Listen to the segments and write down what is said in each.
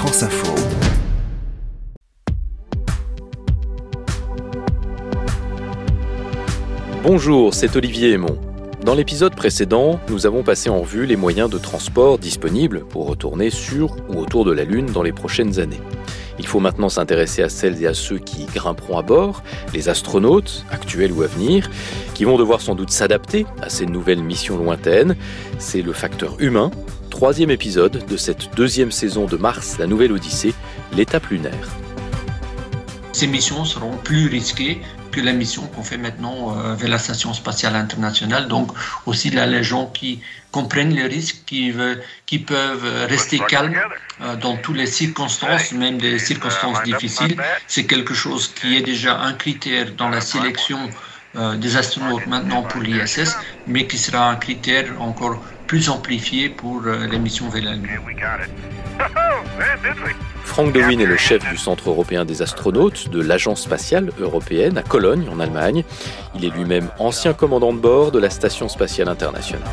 France Info. Bonjour, c'est Olivier Aymon. Dans l'épisode précédent, nous avons passé en revue les moyens de transport disponibles pour retourner sur ou autour de la Lune dans les prochaines années. Il faut maintenant s'intéresser à celles et à ceux qui grimperont à bord, les astronautes, actuels ou à venir, qui vont devoir sans doute s'adapter à ces nouvelles missions lointaines. C'est le facteur humain, troisième épisode de cette deuxième saison de Mars, la nouvelle Odyssée, l'étape lunaire. Ces missions seront plus risquées que la mission qu'on fait maintenant vers la Station spatiale internationale. Donc aussi là, les gens qui comprennent les risques, qui peuvent rester calmes dans toutes les circonstances, même des circonstances difficiles. C'est quelque chose qui est déjà un critère dans la sélection des astronautes maintenant pour l'ISS, mais qui sera un critère encore plus amplifié pour les missions vers la Lune. Frank De Winne est le chef du Centre européen des astronautes de l'Agence spatiale européenne à Cologne, en Allemagne. Il est lui-même ancien commandant de bord de la Station spatiale internationale.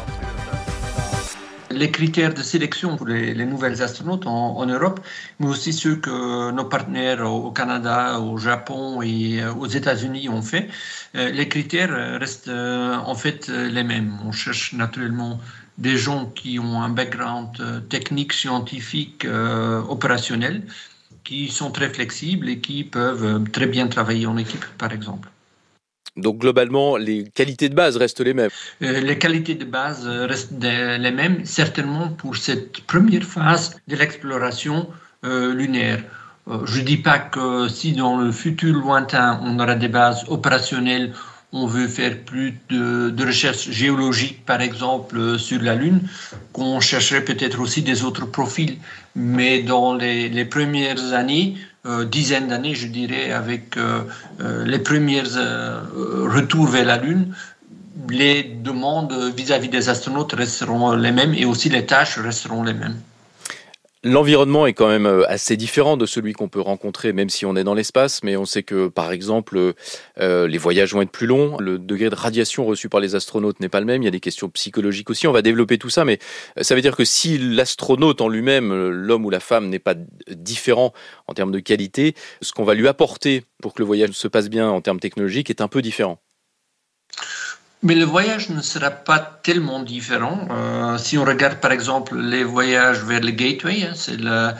Les critères de sélection pour les nouvelles astronautes en Europe, mais aussi ceux que nos partenaires au Canada, au Japon et aux États-Unis ont fait, les critères restent en fait les mêmes. On cherche naturellement des gens qui ont un background technique, scientifique, opérationnel, qui sont très flexibles et qui peuvent très bien travailler en équipe, par exemple. Donc globalement, les qualités de base restent les mêmes. Les qualités de base restent les mêmes, certainement pour cette première phase de l'exploration lunaire. Je ne dis pas que si dans le futur lointain, on aura des bases opérationnelles, on veut faire plus de recherches géologiques, par exemple, sur la Lune, qu'on chercherait peut-être aussi des autres profils. Mais dans les premières années, dizaines d'années, je dirais, avec les premiers retours vers la Lune, les demandes vis-à-vis des astronautes resteront les mêmes et aussi les tâches resteront les mêmes. L'environnement est quand même assez différent de celui qu'on peut rencontrer, même si on est dans l'espace, mais on sait que, par exemple, les voyages vont être plus longs, le degré de radiation reçu par les astronautes n'est pas le même, il y a des questions psychologiques aussi, on va développer tout ça, mais ça veut dire que si l'astronaute en lui-même, l'homme ou la femme, n'est pas différent en termes de qualité, ce qu'on va lui apporter pour que le voyage se passe bien en termes technologiques est un peu différent. Mais le voyage ne sera pas tellement différent. Si on regarde par exemple les voyages vers le Gateway, c'est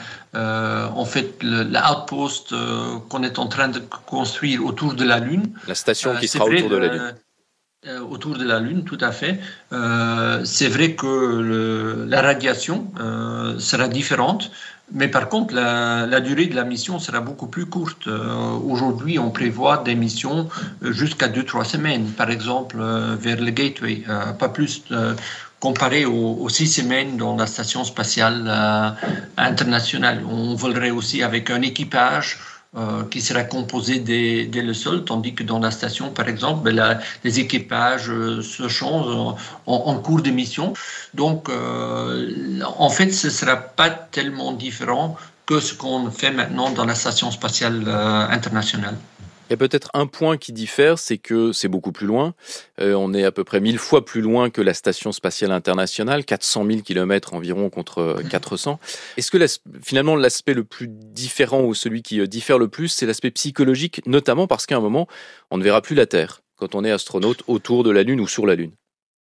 en fait l'outpost qu'on est en train de construire autour de la Lune. La station qui sera autour de la Lune. Autour de la Lune, tout à fait. C'est vrai que la radiation sera différente, mais par contre, la durée de la mission sera beaucoup plus courte. Aujourd'hui, on prévoit des missions jusqu'à 2-3 semaines, par exemple, vers le Gateway, pas plus comparé aux 6 semaines dans la Station spatiale internationale. On volerait aussi avec un équipage qui sera composé dès le sol, tandis que dans la station, par exemple, les équipages se changent en cours de mission. Donc, en fait, ce ne sera pas tellement différent que ce qu'on fait maintenant dans la Station spatiale internationale. Il y a peut-être un point qui diffère, c'est que c'est beaucoup plus loin. On est à peu près 1000 fois plus loin que la Station spatiale internationale, 400 000 km environ contre 400. Est-ce que finalement l'aspect le plus différent ou celui qui diffère le plus, c'est l'aspect psychologique, notamment parce qu'à un moment, on ne verra plus la Terre quand on est astronaute autour de la Lune ou sur la Lune?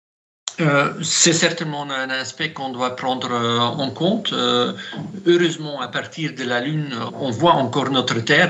C'est certainement un aspect qu'on doit prendre en compte. Heureusement, à partir de la Lune, on voit encore notre Terre.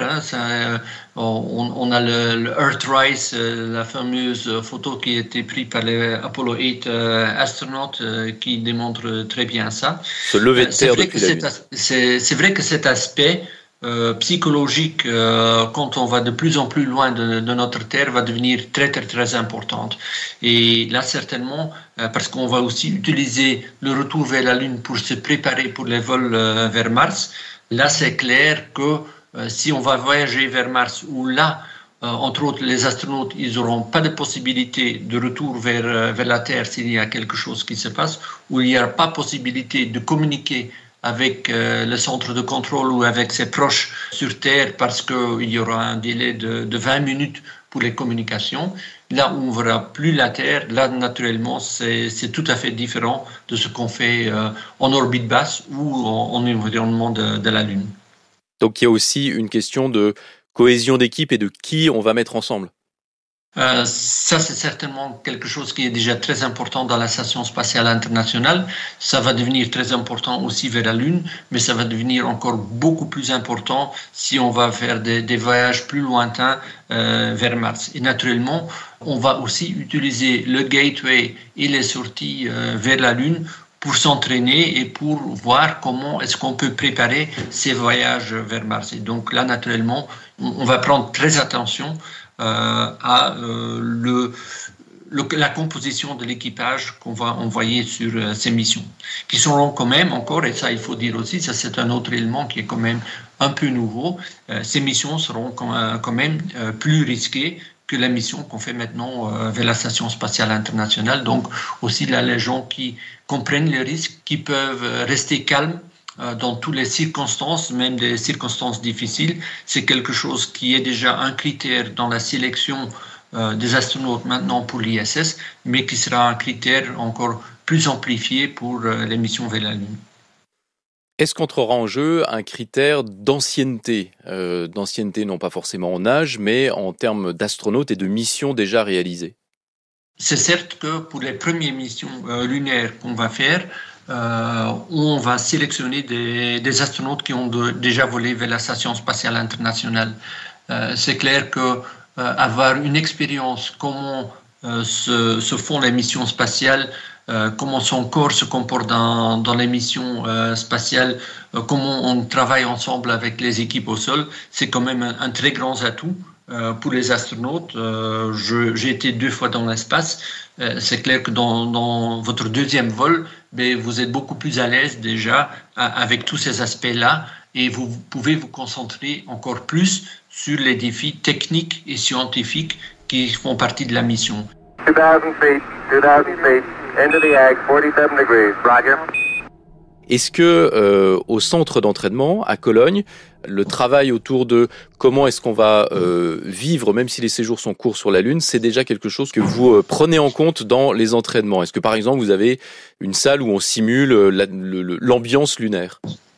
On a le Earthrise, la fameuse photo qui a été prise par les Apollo 8 astronautes qui démontre très bien ça. Ce lever de terre depuis la Lune. C'est vrai que cet aspect psychologique, quand on va de plus en plus loin de notre Terre, va devenir très, très, très importante. Et là, certainement, parce qu'on va aussi utiliser le retour vers la Lune pour se préparer pour les vols vers Mars, là, c'est clair que si on va voyager vers Mars, où là, entre autres, les astronautes, ils n'auront pas de possibilité de retour vers la Terre s'il y a quelque chose qui se passe, où il n'y a pas possibilité de communiquer avec le centre de contrôle ou avec ses proches sur Terre parce qu'il y aura un délai de 20 minutes pour les communications. Là où on ne verra plus la Terre, là, naturellement, c'est tout à fait différent de ce qu'on fait en orbite basse ou en environnement de la Lune. Donc il y a aussi une question de cohésion d'équipe et de qui on va mettre ensemble. Ça, c'est certainement quelque chose qui est déjà très important dans la Station spatiale internationale. Ça va devenir très important aussi vers la Lune, mais ça va devenir encore beaucoup plus important si on va faire des voyages plus lointains vers Mars. Et naturellement, on va aussi utiliser le gateway et les sorties vers la Lune pour s'entraîner et pour voir comment est-ce qu'on peut préparer ces voyages vers Mars. Et donc là, naturellement, on va prendre très attention à la composition de l'équipage qu'on va envoyer sur ces missions, qui seront quand même encore, et ça il faut dire aussi, ça c'est un autre élément qui est quand même un peu nouveau, ces missions seront quand même plus risquées que la mission qu'on fait maintenant vers la Station spatiale internationale. Donc aussi là, les gens qui comprennent les risques, qui peuvent rester calmes dans toutes les circonstances, même des circonstances difficiles. C'est quelque chose qui est déjà un critère dans la sélection des astronautes maintenant pour l'ISS, mais qui sera un critère encore plus amplifié pour les missions vers la Lune. Est-ce qu'entrera en jeu un critère d'ancienneté d'ancienneté non pas forcément en âge, mais en termes d'astronautes et de missions déjà réalisées? C'est certes que pour les premières missions lunaires qu'on va faire, on va sélectionner des astronautes qui ont déjà volé vers la Station spatiale internationale. C'est clair que avoir une expérience, comment se font les missions spatiales, comment son corps se comporte dans les missions spatiales, comment on travaille ensemble avec les équipes au sol, c'est quand même un très grand atout pour les astronautes. J'ai été 2 fois dans l'espace. C'est clair que dans votre deuxième vol, vous êtes beaucoup plus à l'aise déjà avec tous ces aspects-là et vous pouvez vous concentrer encore plus sur les défis techniques et scientifiques qui font partie de la mission. 2000 feet, into the ag, 47 degrees, roger. Est-ce que au centre d'entraînement à Cologne, le travail autour de comment est-ce qu'on va vivre, même si les séjours sont courts sur la Lune, c'est déjà quelque chose que vous prenez en compte dans les entraînements? Est-ce que par exemple vous avez une salle où on simule l'ambiance lunaire?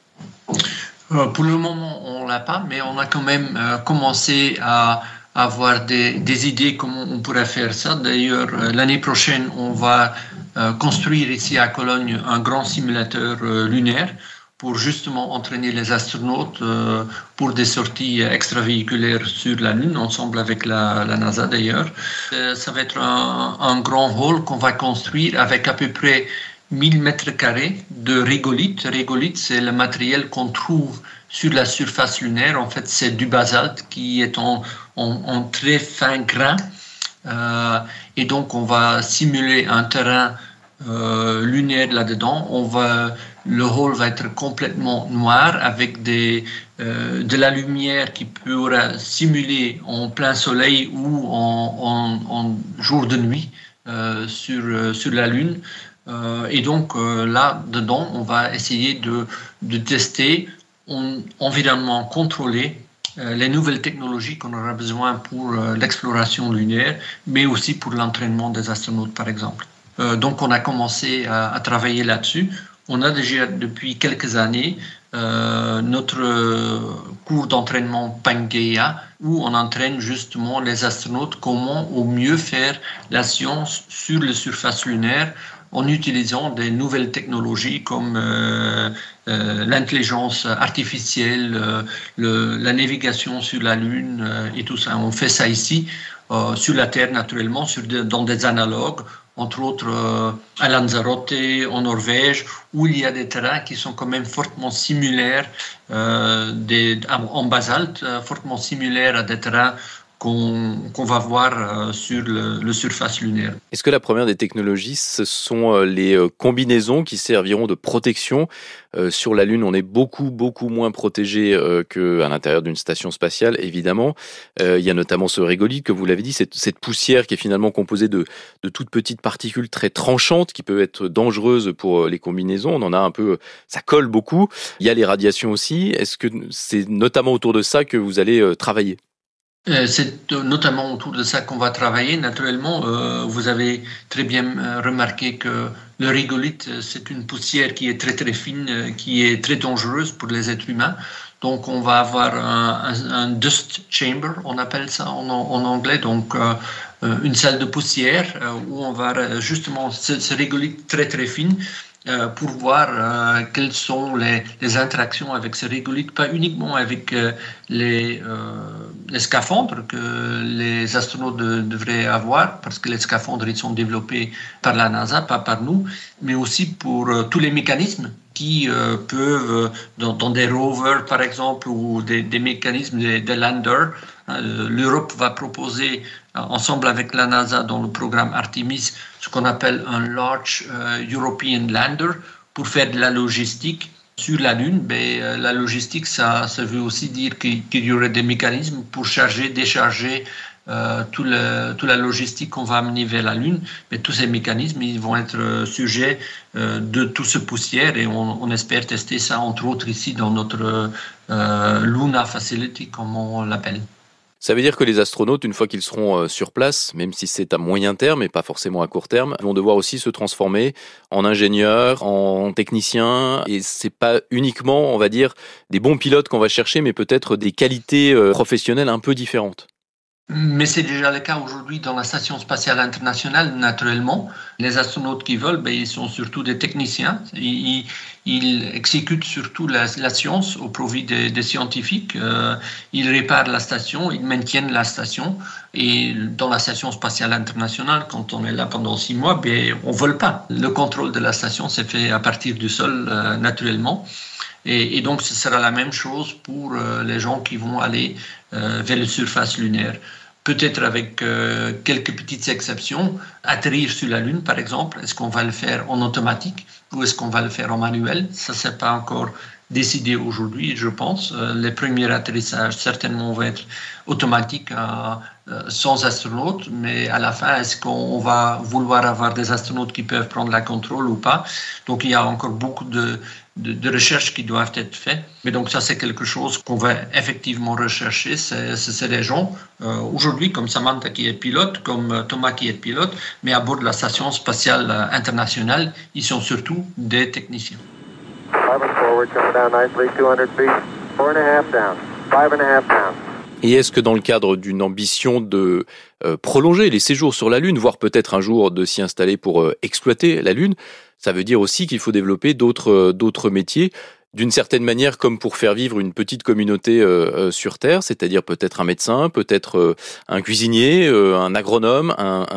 Pour le moment, on l'a pas, mais on a quand même commencé à avoir des idées comment on pourrait faire ça. D'ailleurs, l'année prochaine, on va construire ici à Cologne un grand simulateur lunaire pour justement entraîner les astronautes pour des sorties extravéhiculaires sur la Lune, ensemble avec la NASA d'ailleurs. Ça va être un grand hall qu'on va construire avec à peu près 1000 mètres carrés de régolithe. Régolithe, c'est le matériel qu'on trouve sur la surface lunaire. En fait, c'est du basalte qui est en très fin grain. Et donc, on va simuler un terrain lunaire là-dedans. Le hall va être complètement noir avec de la lumière qui pourra simuler en plein soleil ou en jour de nuit sur la Lune. Et donc là-dedans, on va essayer de tester en environnement contrôlé les nouvelles technologies qu'on aura besoin pour l'exploration lunaire, mais aussi pour l'entraînement des astronautes, par exemple. Donc on a commencé à travailler là-dessus. On a déjà depuis quelques années notre cours d'entraînement Pangaea, où on entraîne justement les astronautes comment au mieux faire la science sur la surface lunaire en utilisant des nouvelles technologies comme l'intelligence artificielle, la navigation sur la Lune et tout ça. On fait ça ici, sur la Terre naturellement, dans des analogues, entre autres à Lanzarote, en Norvège, où il y a des terrains qui sont quand même fortement similaires, en basalte, fortement similaires à des terrains qu'on va voir sur le surface lunaire. Est-ce que la première des technologies, ce sont les combinaisons qui serviront de protection? Sur la Lune, on est beaucoup moins protégé qu'à l'intérieur d'une station spatiale, évidemment. Il y a notamment ce régolithe, que vous l'avez dit, cette poussière qui est finalement composée de toutes petites particules très tranchantes qui peuvent être dangereuses pour les combinaisons. On en a un peu, ça colle beaucoup. Il y a les radiations aussi. Est-ce que c'est notamment autour de ça que vous allez travailler? C'est notamment autour de ça qu'on va travailler. Naturellement, vous avez très bien remarqué que le régolithe, c'est une poussière qui est très très fine, qui est très dangereuse pour les êtres humains. Donc on va avoir un dust chamber, on appelle ça en anglais, donc une salle de poussière où on va justement ce régolithe très très fine pour voir quelles sont les interactions avec ce régolithe, pas uniquement avec les scaphandres que les astronautes devraient avoir, parce que les scaphandres ils sont développés par la NASA, pas par nous, mais aussi pour tous les mécanismes qui peuvent, dans des rovers par exemple, ou des mécanismes de lander. L'Europe va proposer, ensemble avec la NASA dans le programme Artemis, ce qu'on appelle un Large European Lander pour faire de la logistique sur la Lune. Mais la logistique, ça veut aussi dire qu'il y aurait des mécanismes pour charger, décharger toute la logistique qu'on va amener vers la Lune. Mais tous ces mécanismes, ils vont être sujets de toute ce poussière et on espère tester ça, entre autres, ici dans notre Luna Facility, comme on l'appelle. Ça veut dire que les astronautes, une fois qu'ils seront sur place, même si c'est à moyen terme et pas forcément à court terme, vont devoir aussi se transformer en ingénieurs, en techniciens. Et c'est pas uniquement, on va dire, des bons pilotes qu'on va chercher, mais peut-être des qualités professionnelles un peu différentes. Mais c'est déjà le cas aujourd'hui dans la Station spatiale internationale, naturellement. Les astronautes qui volent, ils sont surtout des techniciens. Ils exécutent surtout la science au profit des scientifiques. Ils réparent la station, ils maintiennent la station. Et dans la Station spatiale internationale, quand on est là pendant 6 mois, on ne vole pas. Le contrôle de la station s'est fait à partir du sol, naturellement. Et donc, ce sera la même chose pour les gens qui vont aller vers la surface lunaire. Peut-être avec quelques petites exceptions, atterrir sur la Lune, par exemple. Est-ce qu'on va le faire en automatique ou est-ce qu'on va le faire en manuel? Ça, ce n'est pas encore décidé aujourd'hui, je pense. Les premiers atterrissages, certainement, vont être automatiques sans astronautes, mais à la fin, est-ce qu'on va vouloir avoir des astronautes qui peuvent prendre la contrôle ou pas? Donc, il y a encore beaucoup de recherches qui doivent être faites. Mais donc, ça, c'est quelque chose qu'on va effectivement rechercher. C'est des gens, aujourd'hui, comme Samantha qui est pilote, comme Thomas qui est pilote, mais à bord de la Station spatiale internationale, ils sont surtout des techniciens. Forward, coming down nicely, 200 feet, 4.5 down, 5.5 down. Et est-ce que dans le cadre d'une ambition de prolonger les séjours sur la Lune, voire peut-être un jour de s'y installer pour exploiter la Lune, ça veut dire aussi qu'il faut développer d'autres métiers, d'une certaine manière comme pour faire vivre une petite communauté sur Terre, c'est-à-dire peut-être un médecin, peut-être un cuisinier, un agronome,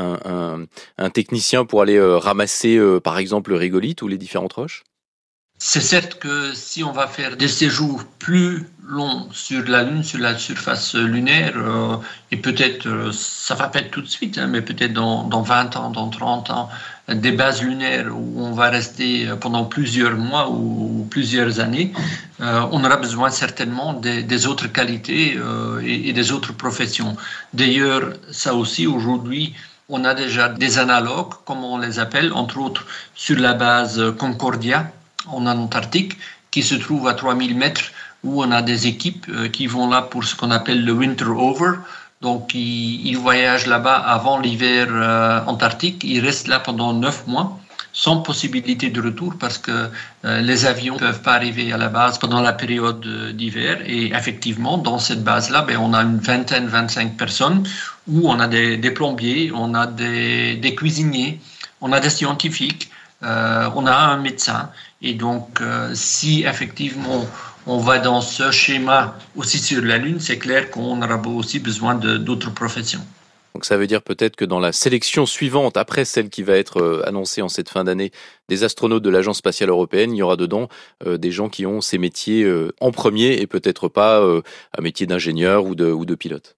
un technicien pour aller ramasser par exemple le régolithe ou les différentes roches? C'est certes que si on va faire des séjours plus longs sur la Lune, sur la surface lunaire, et peut-être, ça va pas être tout de suite, mais peut-être dans 20 ans, dans 30 ans, des bases lunaires où on va rester pendant plusieurs mois ou plusieurs années, on aura besoin certainement des autres qualités et des autres professions. D'ailleurs, ça aussi, aujourd'hui, on a déjà des analogues, comme on les appelle, entre autres sur la base Concordia, en Antarctique, qui se trouve à 3000 mètres, où on a des équipes qui vont là pour ce qu'on appelle le winter over. Donc, ils voyagent là-bas avant l'hiver antarctique. Ils restent là pendant 9 mois, sans possibilité de retour, parce que les avions ne peuvent pas arriver à la base pendant la période d'hiver. Et effectivement, dans cette base-là, on a une 25 personnes, où on a des plombiers, on a des cuisiniers, on a des scientifiques, on a un médecin. Et donc, si effectivement on va dans ce schéma aussi sur la Lune, c'est clair qu'on aura aussi besoin d'autres professions. Donc ça veut dire peut-être que dans la sélection suivante, après celle qui va être annoncée en cette fin d'année, des astronautes de l'Agence spatiale européenne, il y aura dedans des gens qui ont ces métiers en premier et peut-être pas un métier d'ingénieur ou de pilote.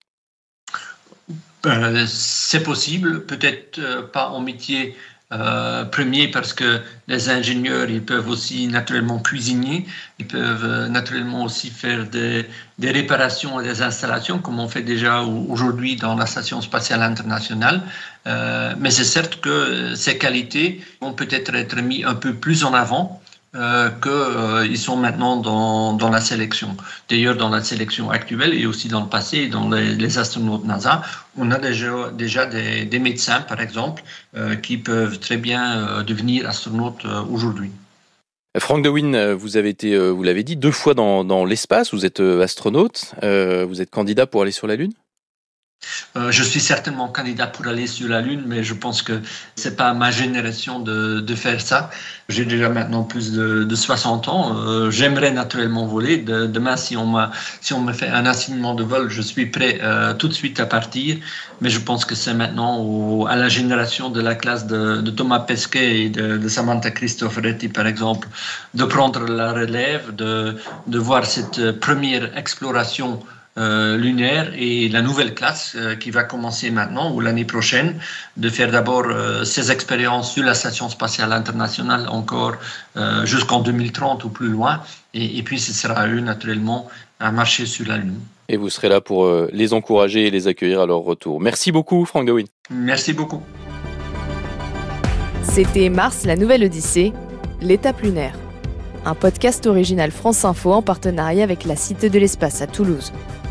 C'est possible, peut-être pas en métier premier, parce que les ingénieurs, ils peuvent aussi naturellement cuisiner, ils peuvent naturellement aussi faire des réparations et des installations, comme on fait déjà aujourd'hui dans la Station spatiale internationale. Mais c'est certes que ces qualités vont peut-être être mises un peu plus en avant qu'ils sont maintenant dans la sélection. D'ailleurs, dans la sélection actuelle et aussi dans le passé, dans les astronautes NASA, on a déjà des médecins, par exemple, qui peuvent très bien devenir astronautes aujourd'hui. Frank DeWin, vous avez été, vous l'avez dit, 2 fois dans l'espace. Vous êtes astronaute. Vous êtes candidat pour aller sur la Lune ? Je suis certainement candidat pour aller sur la Lune, mais je pense que c'est pas ma génération de faire ça. J'ai déjà maintenant plus de 60 ans. J'aimerais naturellement voler. Demain, si on me fait un assignement de vol, je suis prêt tout de suite à partir. Mais je pense que c'est maintenant à la génération de la classe de Thomas Pesquet et de Samantha Cristoforetti, par exemple, de prendre la relève, de voir cette première exploration lunaire et la nouvelle classe qui va commencer maintenant ou l'année prochaine, de faire d'abord ces expériences sur la Station spatiale internationale encore jusqu'en 2030 ou plus loin, et puis ce sera à eux naturellement à marcher sur la Lune. Et vous serez là pour les encourager et les accueillir à leur retour. Merci beaucoup, Frank DeWin. Merci beaucoup. C'était Mars, la nouvelle Odyssée, l'étape lunaire. Un podcast original France Info en partenariat avec la Cité de l'Espace à Toulouse.